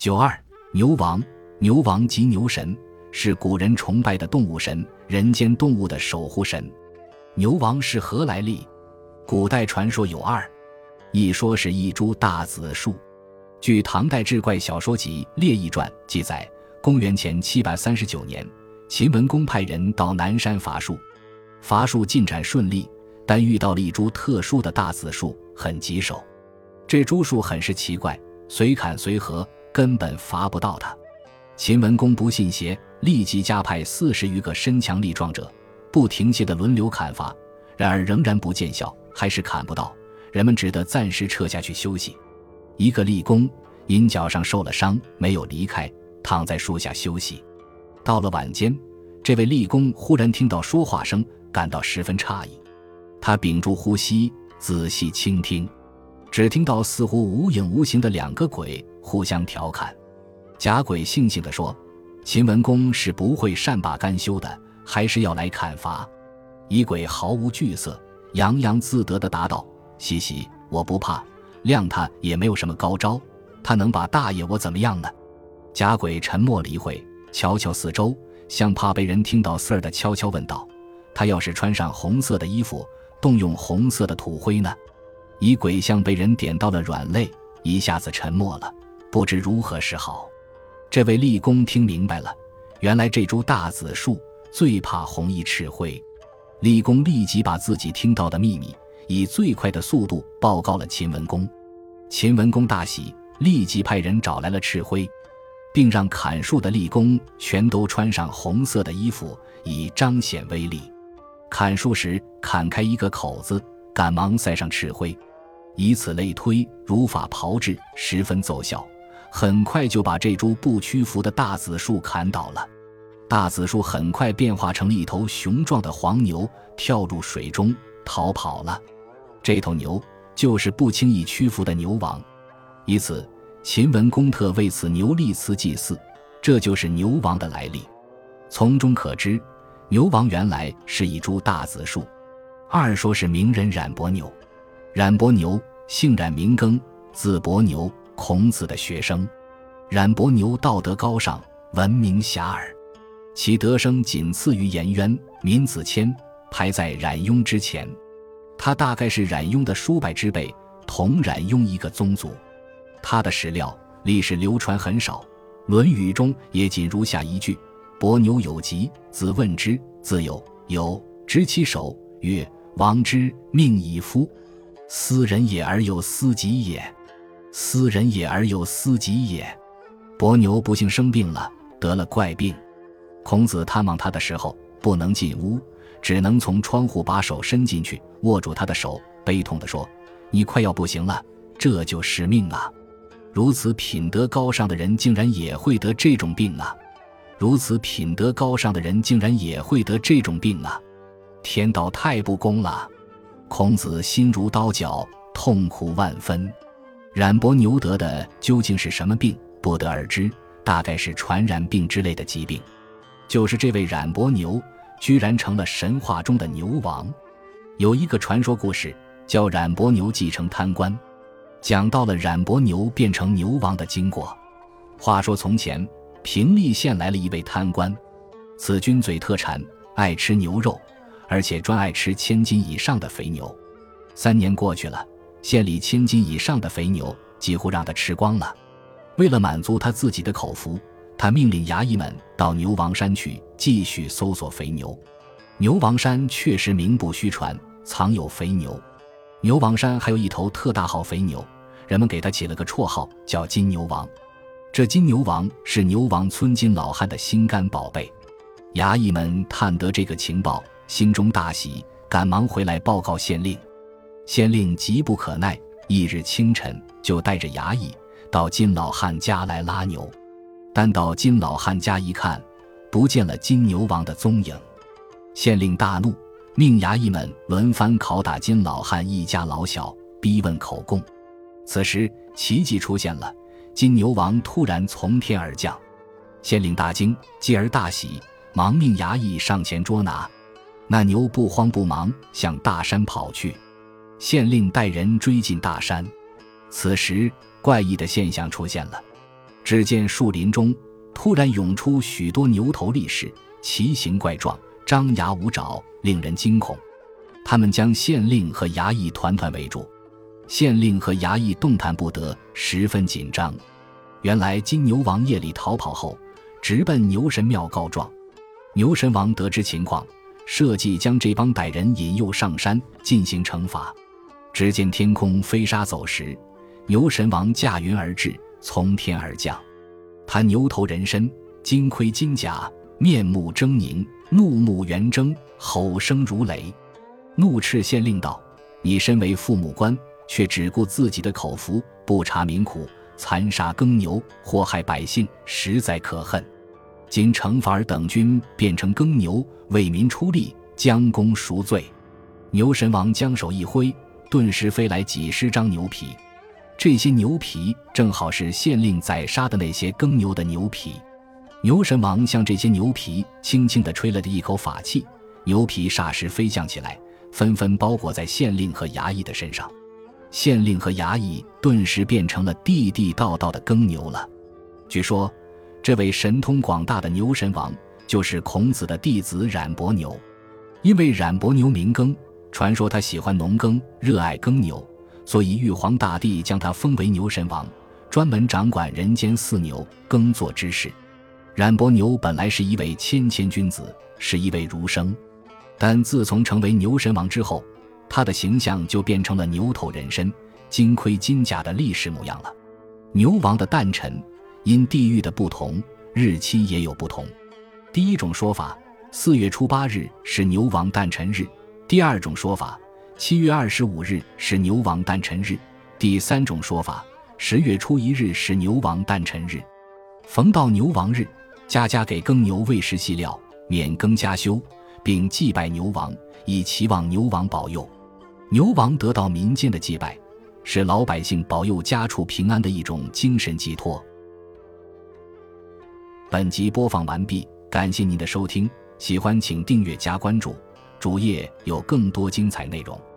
92牛王。牛王即牛神，是古人崇拜的动物神，人间动物的守护神。牛王是何来历？古代传说有二，一说是一株大紫树。据唐代志怪小说集《列异传》记载，公元前739年，秦文公派人到南山伐树，伐树进展顺利，但遇到了一株特殊的大紫树，很棘手。这株树很是奇怪，随砍随合，根本伐不到它。秦文公不信邪，立即加派40余个身强力壮者，不停歇地轮流砍伐，然而仍然不见效，还是砍不到，人们只得暂时撤下去休息。一个力工因脚上受了伤，没有离开，躺在树下休息。到了晚间，这位力工忽然听到说话声，感到十分诧异。他屏住呼吸，仔细倾听，只听到似乎无影无形的两个鬼互相调侃。甲鬼悻悻地说，秦文公是不会善罢甘休的，还是要来砍伐。乙鬼毫无惧色，洋洋自得地答道，嘻嘻，我不怕，谅他也没有什么高招，他能把大爷我怎么样呢？甲鬼沉默了一会，瞧瞧四周，像怕被人听到似的悄悄问道，他要是穿上红色的衣服，动用红色的土灰呢？乙鬼像被人点到了软肋，一下子沉默了，不知如何是好。这位力工听明白了，原来这株大紫树最怕红衣赤灰。力工立即把自己听到的秘密以最快的速度报告了秦文公。秦文公大喜，立即派人找来了赤灰，并让砍树的力工全都穿上红色的衣服，以彰显威力。砍树时砍开一个口子，赶忙塞上赤灰，以此类推，如法炮制，十分奏效，很快就把这株不屈服的大紫树砍倒了。大紫树很快变化成了一头雄壮的黄牛，跳入水中逃跑了。这头牛就是不轻易屈服的牛王，以此秦文公特为此牛立祠祭祀，这就是牛王的来历。从中可知，牛王原来是一株大紫树。二说是名人冉伯牛。冉伯牛姓冉名耕，字伯牛，孔子的学生。冉伯牛道德高尚，闻名遐迩，其德声仅次于颜渊、闵子骞，排在冉雍之前。他大概是冉雍的叔伯之辈，同冉雍一个宗族。他的史料历史流传很少，《论语》中也仅如下一句：伯牛有疾，子问之，自有，执其手，曰：王之，命以夫。斯人也而有斯己也，斯人也而有斯己也。伯牛不幸生病了，得了怪病。孔子探望他的时候不能进屋，只能从窗户把手伸进去，握住他的手，悲痛地说：你快要不行了，这就是命啊！如此品德高尚的人竟然也会得这种病啊！如此品德高尚的人竟然也会得这种病啊！天道太不公了！孔子心如刀绞，痛苦万分。冉伯牛得的究竟是什么病，不得而知，大概是传染病之类的疾病。就是这位冉伯牛居然成了神话中的牛王。有一个传说故事叫冉伯牛继承贪官，讲到了冉伯牛变成牛王的经过。话说从前平利县来了一位贪官，此君嘴特馋，爱吃牛肉，而且专爱吃1000斤以上的肥牛。3年过去了，县里1000斤以上的肥牛几乎让他吃光了。为了满足他自己的口福，他命令衙役们到牛王山去继续搜索肥牛。牛王山确实名不虚传，藏有肥牛。牛王山还有一头特大号肥牛，人们给他起了个绰号叫金牛王。这金牛王是牛王村金老汉的心肝宝贝。衙役们探得这个情报，心中大喜，赶忙回来报告县令。县令急不可耐，一日清晨就带着衙役到金老汉家来拉牛。但到金老汉家一看，不见了金牛王的踪影。县令大怒，命衙役们轮番拷打金老汉一家老小，逼问口供。此时奇迹出现了，金牛王突然从天而降。县令大惊，继而大喜，忙命衙役上前捉拿。那牛不慌不忙向大山跑去。县令带人追进大山。此时怪异的现象出现了， 只见树林中突然涌出许多牛头力士，奇形怪状，张牙舞爪，令人惊恐。他们将县令和衙役团团围住，县令和衙役动弹不得，十分紧张。原来金牛王夜里逃跑后，直奔牛神庙告状。牛神王得知情况，设计将这帮歹人引诱上山进行惩罚。只见天空飞沙走石，牛神王驾云而至，从天而降。他牛头人身，金盔金甲，面目狰狞，怒目圆睁，吼声如雷，怒斥县令道：你身为父母官，却只顾自己的口福，不察民苦，残杀耕牛，祸害百姓，实在可恨。今惩罚尔等军变成耕牛，为民出力，将功赎罪。牛神王将手一挥，顿时飞来几十张牛皮，这些牛皮正好是县令宰杀的那些耕牛的牛皮。牛神王向这些牛皮轻轻地吹了一口法气，牛皮霎时飞降起来，纷纷包裹在县令和衙役的身上。县令和衙役顿时变成了地地道道的耕牛了。据说这位神通广大的牛神王就是孔子的弟子冉伯牛。因为冉伯牛名耕，传说他喜欢农耕，热爱耕牛，所以玉皇大帝将他封为牛神王，专门掌管人间饲牛耕作之事。冉伯牛本来是一位谦君子，是一位儒生，但自从成为牛神王之后，他的形象就变成了牛头人身，金盔金甲的力士模样了。牛王的诞辰因地域的不同，日期也有不同。第一种说法，4月初8日是牛王诞辰日；第二种说法，7月25日是牛王诞辰日；第三种说法，10月初1日是牛王诞辰日。逢到牛王日，家家给耕牛喂食细料，免耕加休，并祭拜牛王，以期望牛王保佑。牛王得到民间的祭拜，是老百姓保佑家畜平安的一种精神寄托。本集播放完毕，感谢您的收听，喜欢请订阅加关注，主页有更多精彩内容。